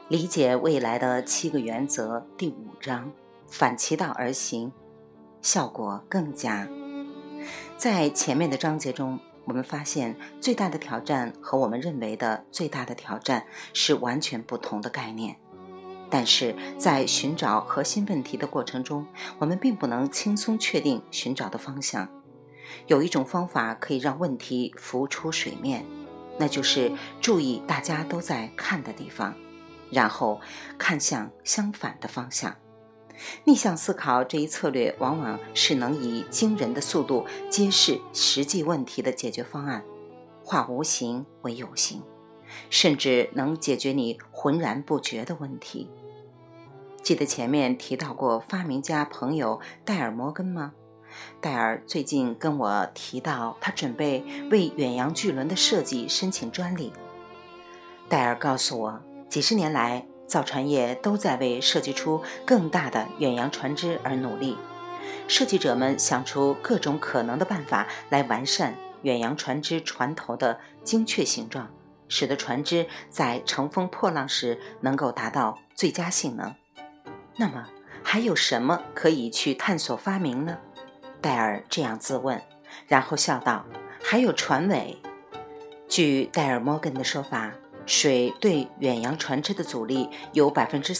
理解未来的7个原则第5章，反其道而行，效果更佳。在前面的章节中，我们发现最大的挑战和我们认为的最大的挑战是完全不同的概念。但是在寻找核心问题的过程中，我们并不能轻松确定寻找的方向。有一种方法可以让问题浮出水面，那就是注意大家都在看的地方，然后看向相反的方向。逆向思考这一策略往往是能以惊人的速度揭示实际问题的解决方案，化无形为有形，甚至能解决你浑然不觉的问题。记得前面提到过发明家朋友戴尔·摩根吗？戴尔最近跟我提到他准备为远洋巨轮的设计申请专利。戴尔告诉我，几十年来造船业都在为设计出更大的远洋船只而努力，设计者们想出各种可能的办法来完善远洋船只船头的精确形状，使得船只在乘风破浪时能够达到最佳性能。那么还有什么可以去探索发明呢？戴尔这样自问，然后笑道，还有船尾。据戴尔·摩根的说法，水对远洋船只的阻力有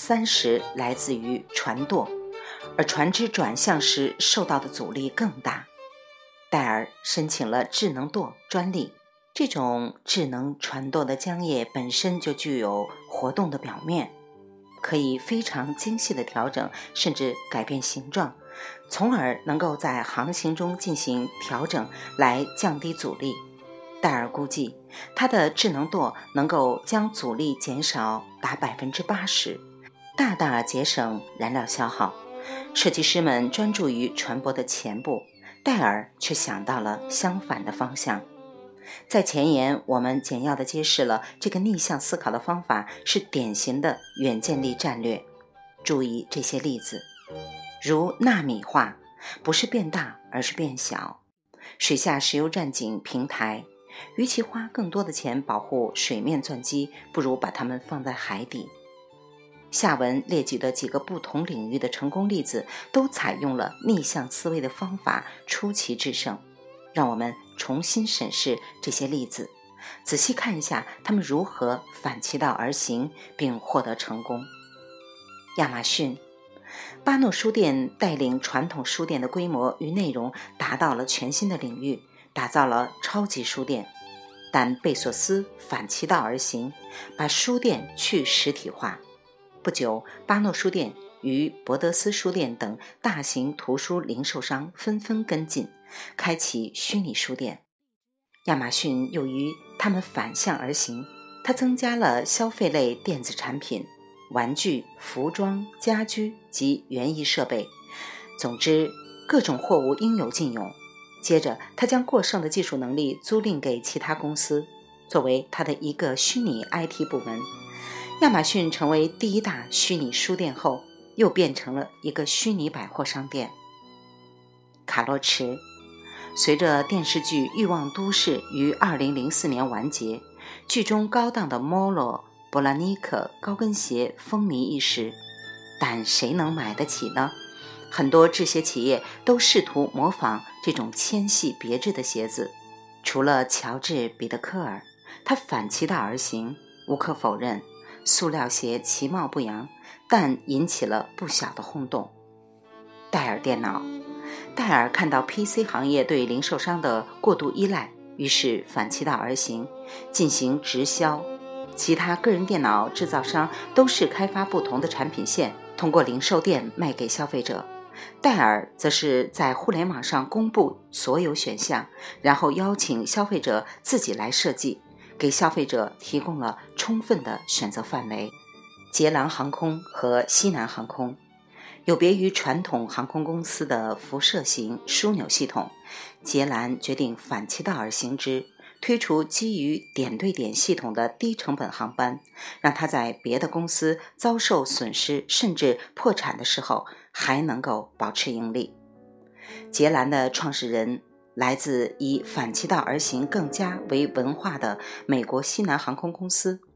30% 来自于船舵，而船只转向时受到的阻力更大。戴尔申请了智能舵专利。这种智能船舵的浆液本身就具有活动的表面，可以非常精细地调整甚至改变形状，从而能够在航行中进行调整来降低阻力。戴尔估计他的智能舵能够将阻力减少达 80%， 大大节省燃料消耗。设计师们专注于船舶的前部，戴尔却想到了相反的方向。在前言我们简要地揭示了这个逆向思考的方法是典型的远见力战略。注意这些例子，如纳米化，不是变大而是变小；水下石油战警平台，与其花更多的钱保护水面钻机，不如把它们放在海底。下文列举的几个不同领域的成功例子都采用了逆向思维的方法，出奇制胜。让我们重新审视这些例子，仔细看一下他们如何反其道而行并获得成功。亚马逊巴诺书店带领传统书店的规模与内容达到了全新的领域，打造了超级书店。但贝索斯反其道而行，把书店去实体化。不久，巴诺书店与博德斯书店等大型图书零售商纷纷跟进，开启虚拟书店。亚马逊又于他们反向而行，它增加了消费类电子产品、玩具、服装、家居及园艺设备，总之各种货物应有尽有。接着他将过剩的技术能力租赁给其他公司，作为他的一个虚拟 IT 部门。亚马逊成为第一大虚拟书店后，又变成了一个虚拟百货商店。卡洛驰随着电视剧《欲望都市》于2004年完结，剧中高档的莫洛布拉尼克高跟鞋风靡一时，但谁能买得起呢？很多制鞋企业都试图模仿这种纤细别致的鞋子。除了乔治·彼得科尔，他反其道而行。无可否认，塑料鞋其貌不扬，但引起了不小的轰动。戴尔电脑，戴尔看到 PC 行业对零售商的过度依赖，于是反其道而行，进行直销。其他个人电脑制造商都是开发不同的产品线，通过零售店卖给消费者。戴尔则是在互联网上公布所有选项，然后邀请消费者自己来设计，给消费者提供了充分的选择范围。捷兰航空和西南航空有别于传统航空公司的辐射型枢纽系统，捷兰决定反其道而行之，推出基于点对点系统的低成本航班，让它在别的公司遭受损失甚至破产的时候还能够保持盈利。捷兰的创始人来自以反其道而行更加为文化的美国西南航空公司。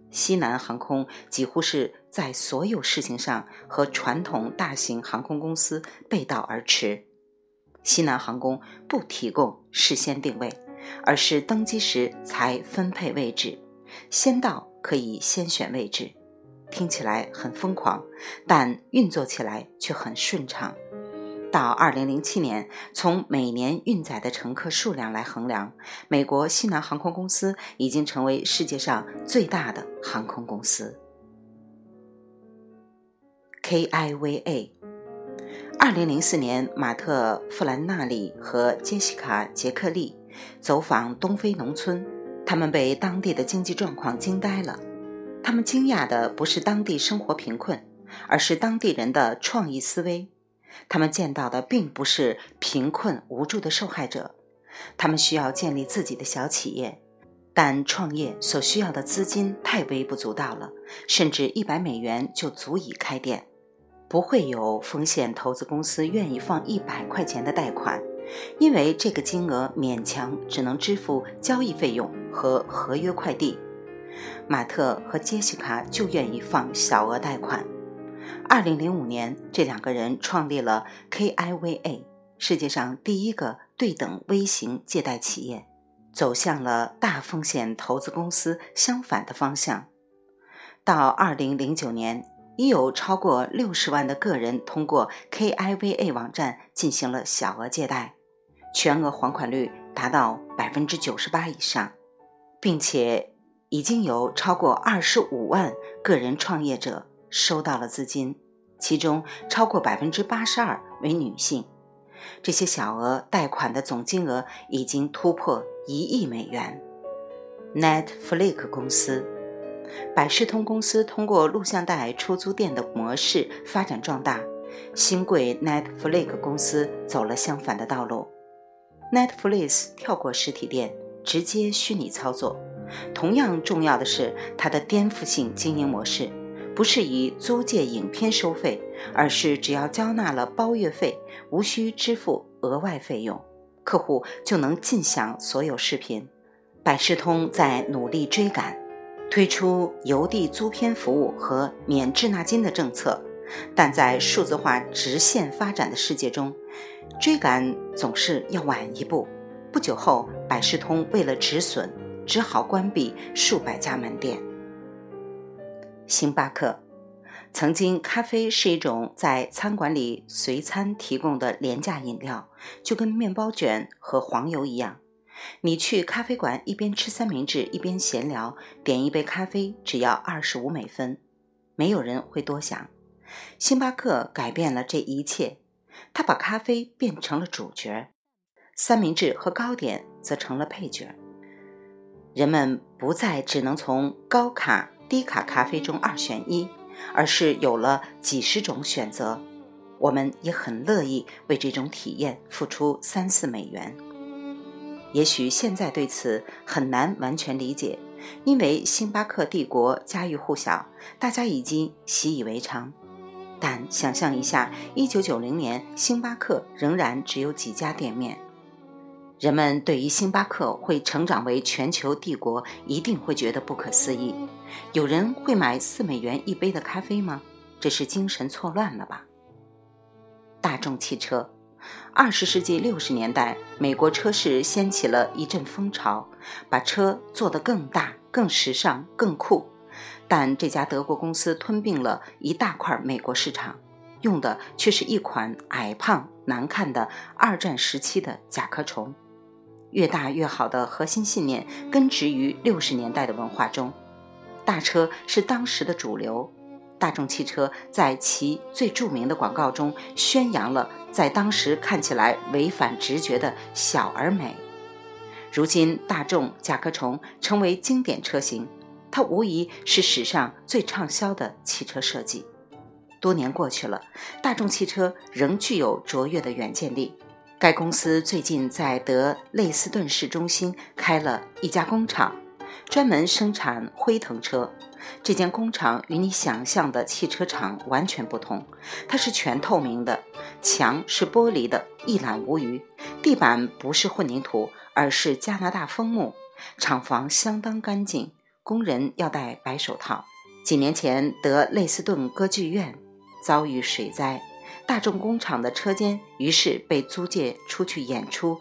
西南航空几乎是在所有事情上和传统大型航空公司背道而驰。西南航空不提供事先定位，而是登机时才分配位置，先到可以先选位置。听起来很疯狂，但运作起来却很顺畅。到2007年，从每年运载的乘客数量来衡量，美国西南航空公司已经成为世界上最大的航空公司。KIVA 2004年，马特·弗兰纳里和杰西卡·杰克利走访东非农村，他们被当地的经济状况惊呆了。他们惊讶的不是当地生活贫困，而是当地人的创意思维。他们见到的并不是贫困无助的受害者，他们需要建立自己的小企业，但创业所需要的资金太微不足道了，甚至$100就足以开店。不会有风险投资公司愿意放100块钱的贷款，因为这个金额勉强只能支付交易费用和合约快递。马特和杰西卡就愿意放小额贷款。2005年，这两个人创立了 KIVA， 世界上第一个对等微型借贷企业，走向了大风险投资公司相反的方向。到2009年，已有超过60万的个人通过 KIVA 网站进行了小额借贷，全额还款率达到 98% 以上，并且已经有超过25万个人创业者收到了资金，其中超过 82% 为女性。这些小额贷款的总金额已经突破$1亿。Netflix 公司，百视通公司通过录像带出租店的模式发展壮大，新贵 Netflix 公司走了相反的道路。Netflix 跳过实体店，直接虚拟操作。同样重要的是，它的颠覆性经营模式不是以租借影片收费，而是只要交纳了包月费，无需支付额外费用，客户就能尽享所有视频。百视通在努力追赶，推出邮递租片服务和免滞纳金的政策，但在数字化直线发展的世界中，追赶总是要晚一步。不久后，百视通为了止损，只好关闭数百家门店。星巴克，曾经咖啡是一种在餐馆里随餐提供的廉价饮料，就跟面包卷和黄油一样。你去咖啡馆一边吃三明治一边闲聊，点一杯咖啡只要$25，没有人会多想。星巴克改变了这一切，他把咖啡变成了主角，三明治和糕点则成了配角。人们不再只能从高卡、低卡咖啡中2选1，而是有了几十种选择。我们也很乐意为这种体验付出$3-4。也许现在对此很难完全理解，因为星巴克帝国家喻户晓，大家已经习以为常。但想象一下，1990年星巴克仍然只有几家店面。人们对于星巴克会成长为全球帝国一定会觉得不可思议。有人会买$4一杯的咖啡吗？这是精神错乱了吧？大众汽车，20世纪60年代，美国车市掀起了一阵风潮，把车做得更大、更时尚、更酷。但这家德国公司吞并了一大块美国市场，用的却是一款矮胖难看的2战时期的甲壳虫。越大越好的核心信念根植于60年代的文化中，大车是当时的主流。大众汽车在其最著名的广告中宣扬了在当时看起来违反直觉的小而美。如今大众甲壳虫成为经典车型，它无疑是史上最畅销的汽车设计。多年过去了，大众汽车仍具有卓越的远见力。该公司最近在德累斯顿市中心开了一家工厂，专门生产辉腾车。这间工厂与你想象的汽车厂完全不同，它是全透明的，墙是玻璃的，一览无余。地板不是混凝土，而是加拿大枫木。厂房相当干净， 工人要戴白手套。几年前德累斯顿歌剧院遭遇水灾，大众工厂的车间于是被租借出去演出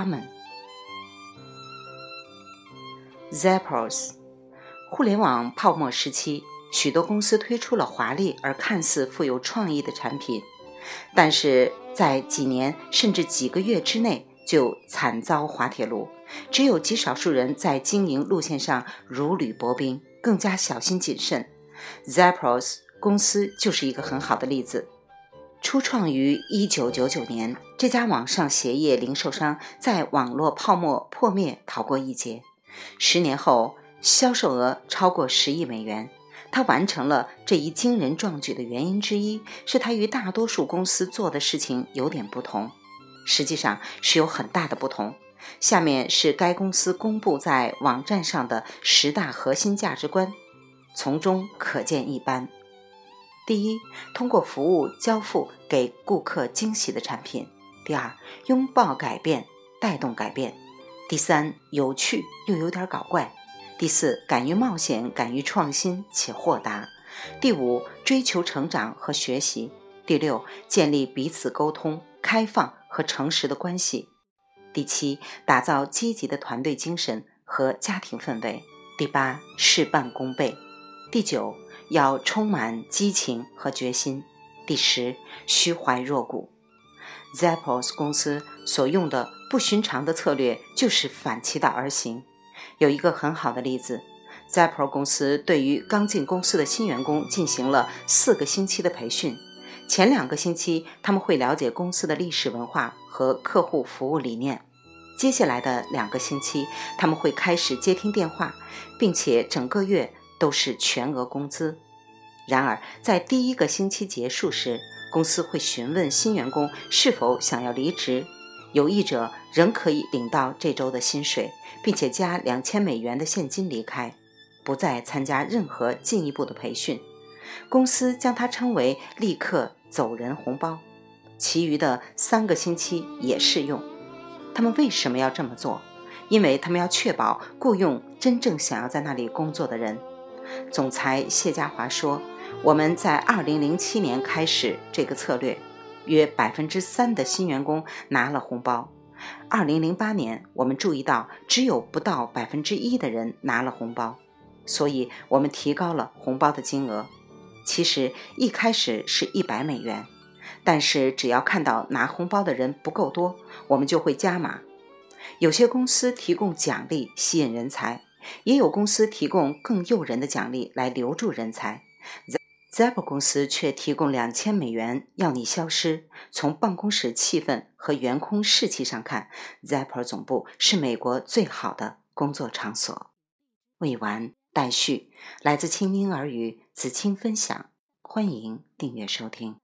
Carmen。Zappos， 互联网泡沫时期，许多公司推出了华丽而看似富有创意的产品，但是在几年甚至几个月之内就惨遭滑铁卢，只有极少数人在经营路线上如履薄冰，更加小心谨慎。Zappos 公司就是一个很好的例子。初创于1999年，这家网上鞋业零售商在网络泡沫破灭逃过一劫。10年后，销售额超过10亿美元。他完成了这一惊人壮举的原因之一，是他与大多数公司做的事情有点不同，实际上是有很大的不同。下面是该公司公布在网站上的10大核心价值观，从中可见一斑。第一，通过服务交付给顾客惊喜的产品。第二，拥抱改变，带动改变。第三，有趣又有点搞怪。第四，敢于冒险，敢于创新且豁达。第五，追求成长和学习。第六，建立彼此沟通、开放和诚实的关系。第七，打造积极的团队精神和家庭氛围。第八，事半功倍。第九，要充满激情和决心。第10，虚怀若谷。Zappos 公司所用的不寻常的策略就是反其道而行。有一个很好的例子， Zappos 公司对于刚进公司的新员工进行了4个星期的培训。前2个星期他们会了解公司的历史文化和客户服务理念，接下来的2个星期他们会开始接听电话，并且整个月都是全额工资。然而在第1个星期结束时，公司会询问新员工是否想要离职，有意者仍可以领到这周的薪水，并且加2000美元的现金离开，不再参加任何进一步的培训。公司将它称为立刻走人红包。其余的3个星期也适用。他们为什么要这么做？因为他们要确保雇佣真正想要在那里工作的人。总裁谢家华说，我们在2007年开始这个策略，约 3% 的新员工拿了红包。2008年我们注意到只有不到 1% 的人拿了红包，所以我们提高了红包的金额。其实一开始是100美元，但是只要看到拿红包的人不够多，我们就会加码。有些公司提供奖励吸引人才，也有公司提供更诱人的奖励来留住人才。Zappos 公司却提供2000美元要你消失。从办公室气氛和员工士气上看， Zappos 总部是美国最好的工作场所。未完待续，来自清音儿语子青分享，欢迎订阅收听。